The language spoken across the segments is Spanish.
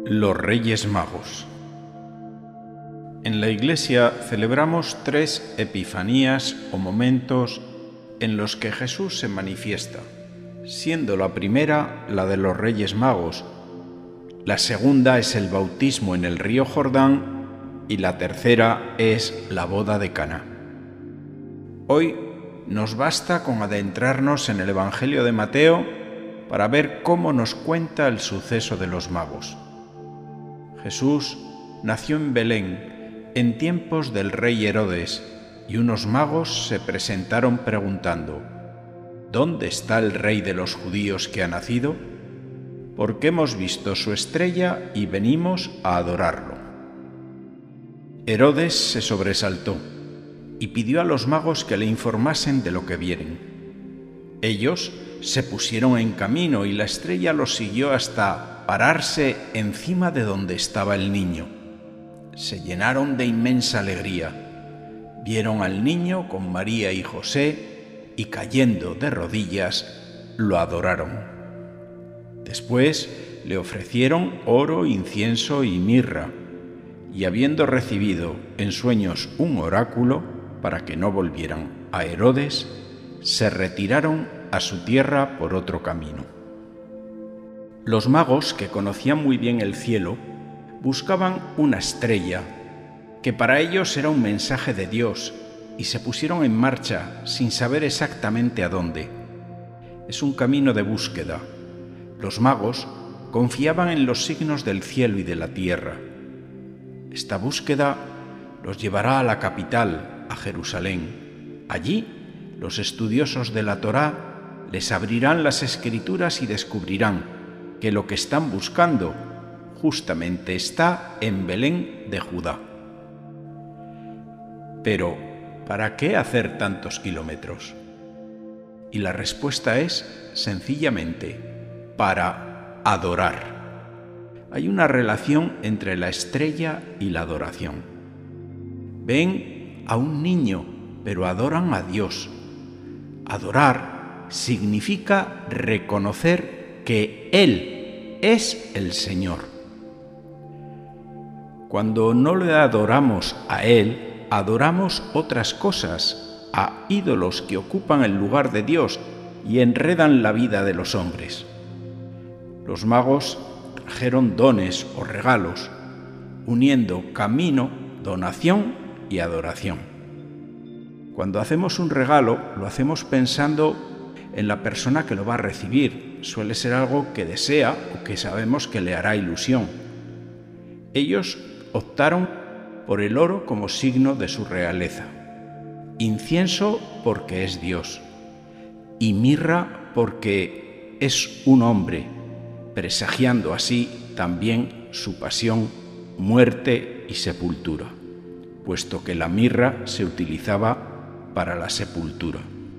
Los Reyes Magos. En la Iglesia celebramos 3 epifanías o momentos en los que Jesús se manifiesta, siendo la primera la de los Reyes Magos, la segunda es el bautismo en el río Jordán y la tercera es la boda de Caná. Hoy nos basta con adentrarnos en el Evangelio de Mateo para ver cómo nos cuenta el suceso de los magos. Jesús nació en Belén en tiempos del rey Herodes y unos magos se presentaron preguntando: ¿Dónde está el rey de los judíos que ha nacido? Porque hemos visto su estrella y venimos a adorarlo. Herodes se sobresaltó y pidió a los magos que le informasen de lo que vieren. Ellos se pusieron en camino y la estrella los siguió hasta pararse encima de donde estaba el niño. Se llenaron de inmensa alegría. Vieron al niño con María y José y cayendo de rodillas, lo adoraron. Después le ofrecieron oro, incienso y mirra, y habiendo recibido en sueños un oráculo para que no volvieran a Herodes, se retiraron a su tierra por otro camino. Los magos, que conocían muy bien el cielo, buscaban una estrella, que para ellos era un mensaje de Dios, y se pusieron en marcha sin saber exactamente a dónde. Es un camino de búsqueda. Los magos confiaban en los signos del cielo y de la tierra. Esta búsqueda los llevará a la capital, a Jerusalén. Allí, los estudiosos de la Torá les abrirán las Escrituras y descubrirán que lo que están buscando justamente está en Belén de Judá. Pero, ¿para qué hacer tantos kilómetros? Y la respuesta es, sencillamente, para adorar. Hay una relación entre la estrella y la adoración. Ven a un niño, pero adoran a Dios. Adorar significa reconocer que Él es el Señor. Cuando no le adoramos a Él, adoramos otras cosas, a ídolos que ocupan el lugar de Dios y enredan la vida de los hombres. Los magos trajeron dones o regalos, uniendo camino, donación y adoración. Cuando hacemos un regalo, lo hacemos pensando en la persona que lo va a recibir. Suele ser algo que desea o que sabemos que le hará ilusión. Ellos optaron por el oro como signo de su realeza, incienso porque es Dios y mirra porque es un hombre, presagiando así también su pasión, muerte y sepultura, puesto que la mirra se utilizaba para la sepultura.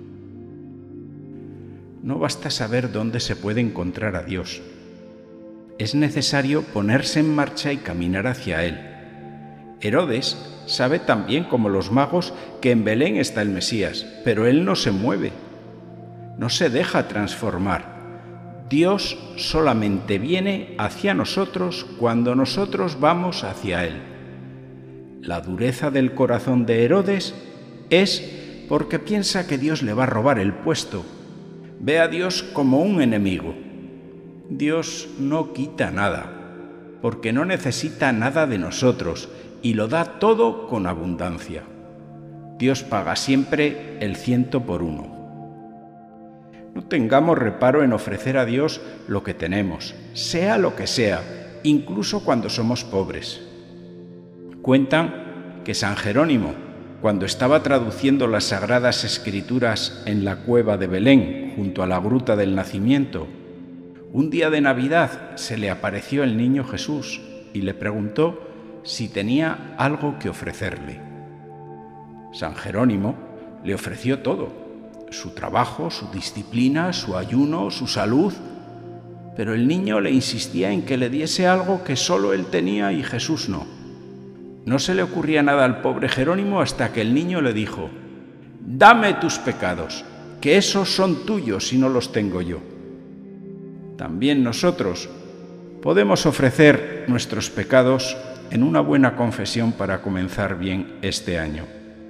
No basta saber dónde se puede encontrar a Dios. Es necesario ponerse en marcha y caminar hacia Él. Herodes sabe tan bien como los magos que en Belén está el Mesías, pero Él no se mueve, no se deja transformar. Dios solamente viene hacia nosotros cuando nosotros vamos hacia Él. La dureza del corazón de Herodes es porque piensa que Dios le va a robar el puesto. Ve a Dios como un enemigo. Dios no quita nada, porque no necesita nada de nosotros y lo da todo con abundancia. Dios paga siempre el 100 por 1. No tengamos reparo en ofrecer a Dios lo que tenemos, sea lo que sea, incluso cuando somos pobres. Cuentan que San Jerónimo, cuando estaba traduciendo las Sagradas Escrituras en la cueva de Belén, junto a la gruta del Nacimiento, un día de Navidad se le apareció el niño Jesús y le preguntó si tenía algo que ofrecerle. San Jerónimo le ofreció todo: su trabajo, su disciplina, su ayuno, su salud, pero el niño le insistía en que le diese algo que solo él tenía y Jesús no. No se le ocurría nada al pobre Jerónimo hasta que el niño le dijo: «Dame tus pecados, que esos son tuyos y no los tengo yo». También nosotros Podemos ofrecer nuestros pecados en una buena confesión para comenzar bien este año.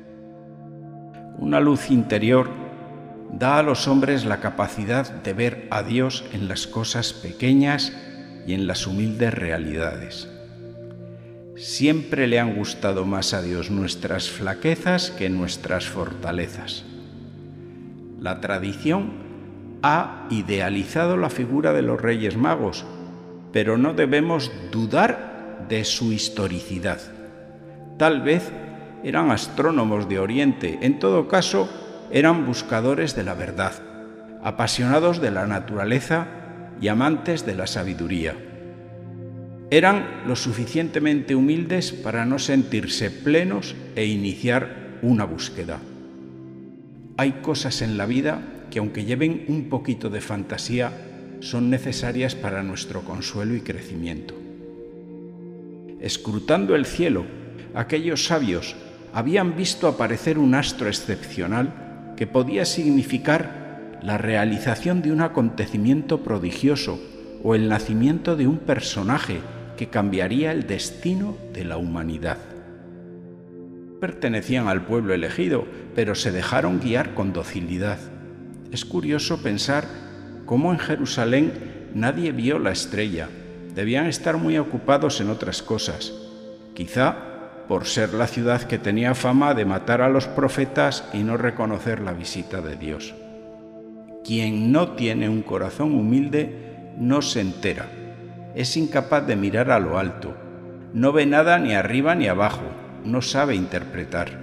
Una luz interior da a los hombres la capacidad de ver a Dios en las cosas pequeñas y en las humildes realidades. Siempre le han gustado más a Dios nuestras flaquezas que nuestras fortalezas. La tradición ha idealizado la figura de los Reyes Magos, pero no debemos dudar de su historicidad. Tal vez eran astrónomos de Oriente, en todo caso eran buscadores de la verdad, apasionados de la naturaleza y amantes de la sabiduría. Eran lo suficientemente humildes para no sentirse plenos e iniciar una búsqueda. Hay cosas en la vida que, aunque lleven un poquito de fantasía, son necesarias para nuestro consuelo y crecimiento. Escrutando el cielo, aquellos sabios habían visto aparecer un astro excepcional que podía significar la realización de un acontecimiento prodigioso o el nacimiento de un personaje que cambiaría el destino de la humanidad. Pertenecían al pueblo elegido, pero se dejaron guiar con docilidad. Es curioso pensar cómo en Jerusalén nadie vio la estrella. Debían estar muy ocupados en otras cosas, quizá por ser la ciudad que tenía fama de matar a los profetas y no reconocer la visita de Dios. Quien no tiene un corazón humilde no se entera, es incapaz de mirar a lo alto, no ve nada ni arriba ni abajo, no sabe interpretar.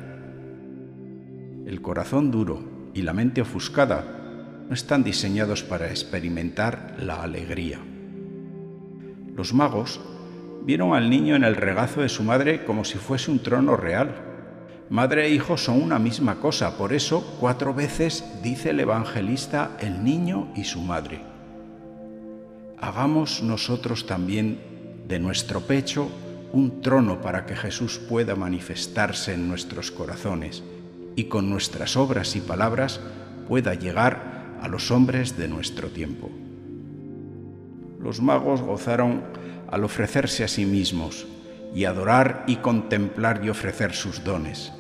El corazón duro y la mente ofuscada no están diseñados para experimentar la alegría. Los magos vieron al niño en el regazo de su madre como si fuese un trono real. Madre e hijo son una misma cosa, por eso 4 veces dice el evangelista el niño y su madre. Hagamos nosotros también de nuestro pecho un trono para que Jesús pueda manifestarse en nuestros corazones y con nuestras obras y palabras pueda llegar a los hombres de nuestro tiempo. Los magos gozaron al ofrecerse a sí mismos y adorar y contemplar y ofrecer sus dones.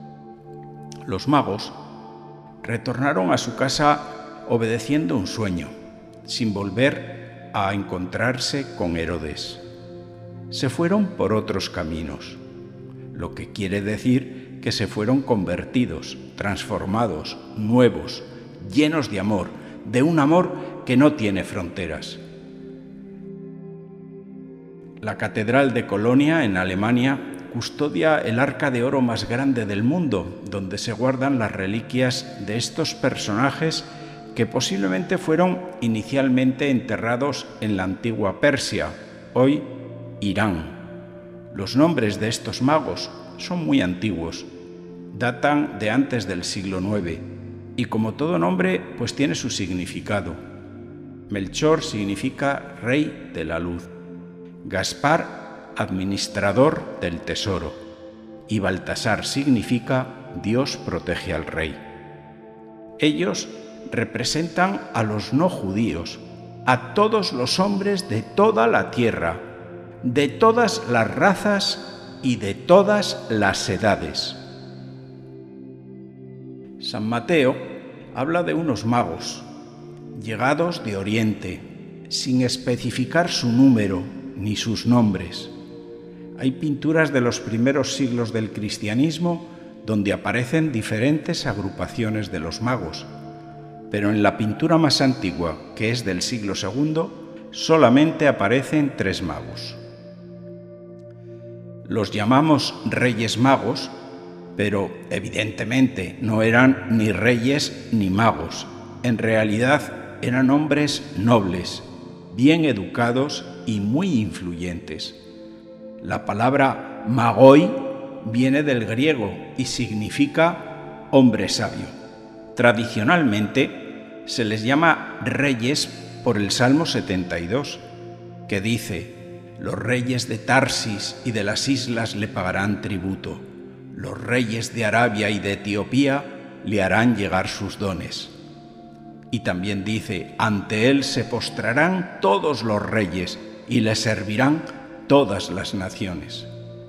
Los magos retornaron a su casa obedeciendo un sueño, sin volver a encontrarse con Herodes. Se fueron por otros caminos, lo que quiere decir que se fueron convertidos, transformados, nuevos, llenos de amor, de un amor que no tiene fronteras. La Catedral de Colonia, en Alemania, custodia el arca de oro más grande del mundo, donde se guardan las reliquias de estos personajes que posiblemente fueron inicialmente enterrados en la antigua Persia, hoy Irán. Los nombres de estos magos son muy antiguos, datan de antes del siglo IX, y como todo nombre, pues tiene su significado. Melchor significa rey de la luz, Gaspar, administrador del tesoro, y Baltasar significa Dios protege al rey. Ellos representan a los no judíos, a todos los hombres de toda la tierra, de todas las razas y de todas las edades. San Mateo habla de unos magos, llegados de Oriente, sin especificar su número ni sus nombres. Hay pinturas de los primeros siglos del cristianismo donde aparecen diferentes agrupaciones de los magos, pero en la pintura más antigua, que es del siglo II, solamente aparecen 3 magos. Los llamamos Reyes Magos, pero evidentemente no eran ni reyes ni magos. En realidad eran hombres nobles, bien educados y muy influyentes. La palabra magoi viene del griego y significa hombre sabio. Tradicionalmente se les llama reyes por el Salmo 72, que dice: los reyes de Tarsis y de las islas le pagarán tributo, los reyes de Arabia y de Etiopía le harán llegar sus dones. Y también dice: ante él se postrarán todos los reyes y le servirán todas las naciones.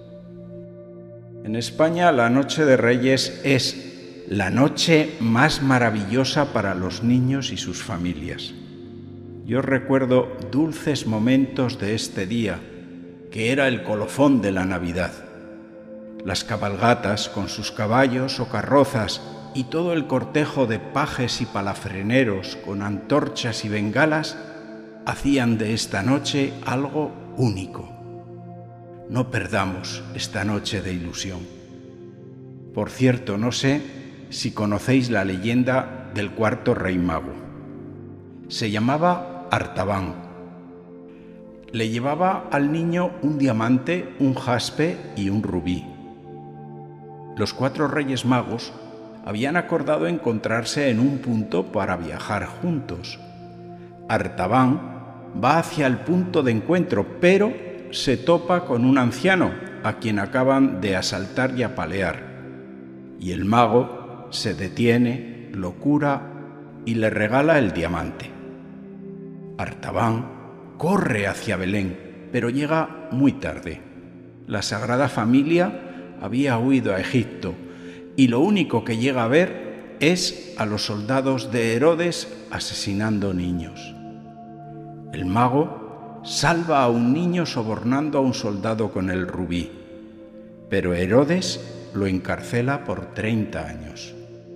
En España, la Noche de Reyes es la noche más maravillosa para los niños y sus familias. Yo recuerdo dulces momentos de este día, que era el colofón de la Navidad. Las cabalgatas con sus caballos o carrozas y todo el cortejo de pajes y palafreneros con antorchas y bengalas hacían de esta noche algo único. No perdamos esta noche de ilusión. Por cierto, no sé si conocéis la leyenda del cuarto rey mago. Se llamaba Artaban. Le llevaba al niño un diamante, un jaspe y un rubí. Los 4 reyes magos habían acordado encontrarse en un punto para viajar juntos. Artaban va hacia el punto de encuentro, pero se topa con un anciano a quien acaban de asaltar y apalear. Y el mago se detiene, lo cura y le regala el diamante. Artaban corre hacia Belén, pero llega muy tarde. La Sagrada Familia había huido a Egipto y lo único que llega a ver es a los soldados de Herodes asesinando niños. El mago salva a un niño sobornando a un soldado con el rubí, pero Herodes lo encarcela por 30 años.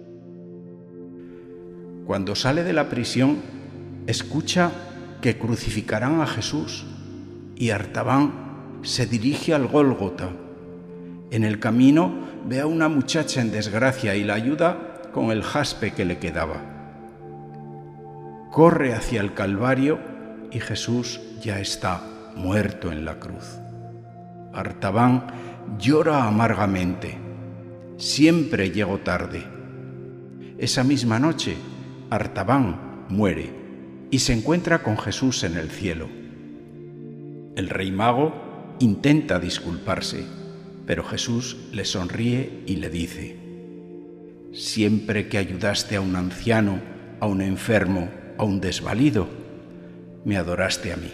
Cuando sale de la prisión, escucha que crucificarán a Jesús y Artaban se dirige al Gólgota. En el camino ve a una muchacha en desgracia y la ayuda con el jaspe que le quedaba. Corre hacia el Calvario y Jesús ya está muerto en la cruz. Artaban llora amargamente. Siempre llego tarde. Esa misma noche, Artaban muere y se encuentra con Jesús en el cielo. El rey mago intenta disculparse, pero Jesús le sonríe y le dice: «Siempre que ayudaste a un anciano, a un enfermo, a un desvalido, me adoraste a mí».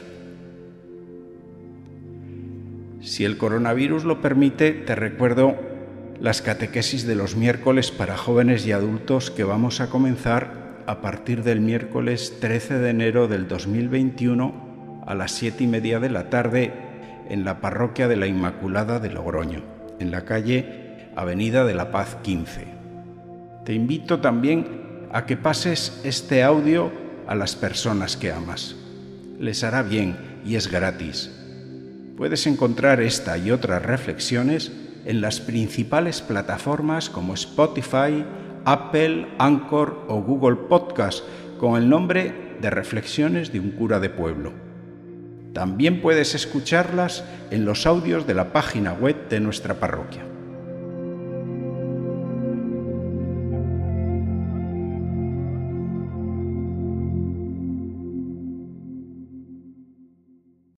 Si el coronavirus lo permite, te recuerdo las catequesis de los miércoles para jóvenes y adultos que vamos a comenzar a partir del miércoles 13 de enero del 2021 a las 7:30 de la tarde en la Parroquia de la Inmaculada de Logroño, en la calle Avenida de la Paz 15. Te invito también a que pases este audio a las personas que amas. Les hará bien y es gratis. Puedes encontrar esta y otras reflexiones en las principales plataformas como Spotify, Apple, Anchor o Google Podcast con el nombre de Reflexiones de un cura de pueblo. También puedes escucharlas en los audios de la página web de nuestra parroquia.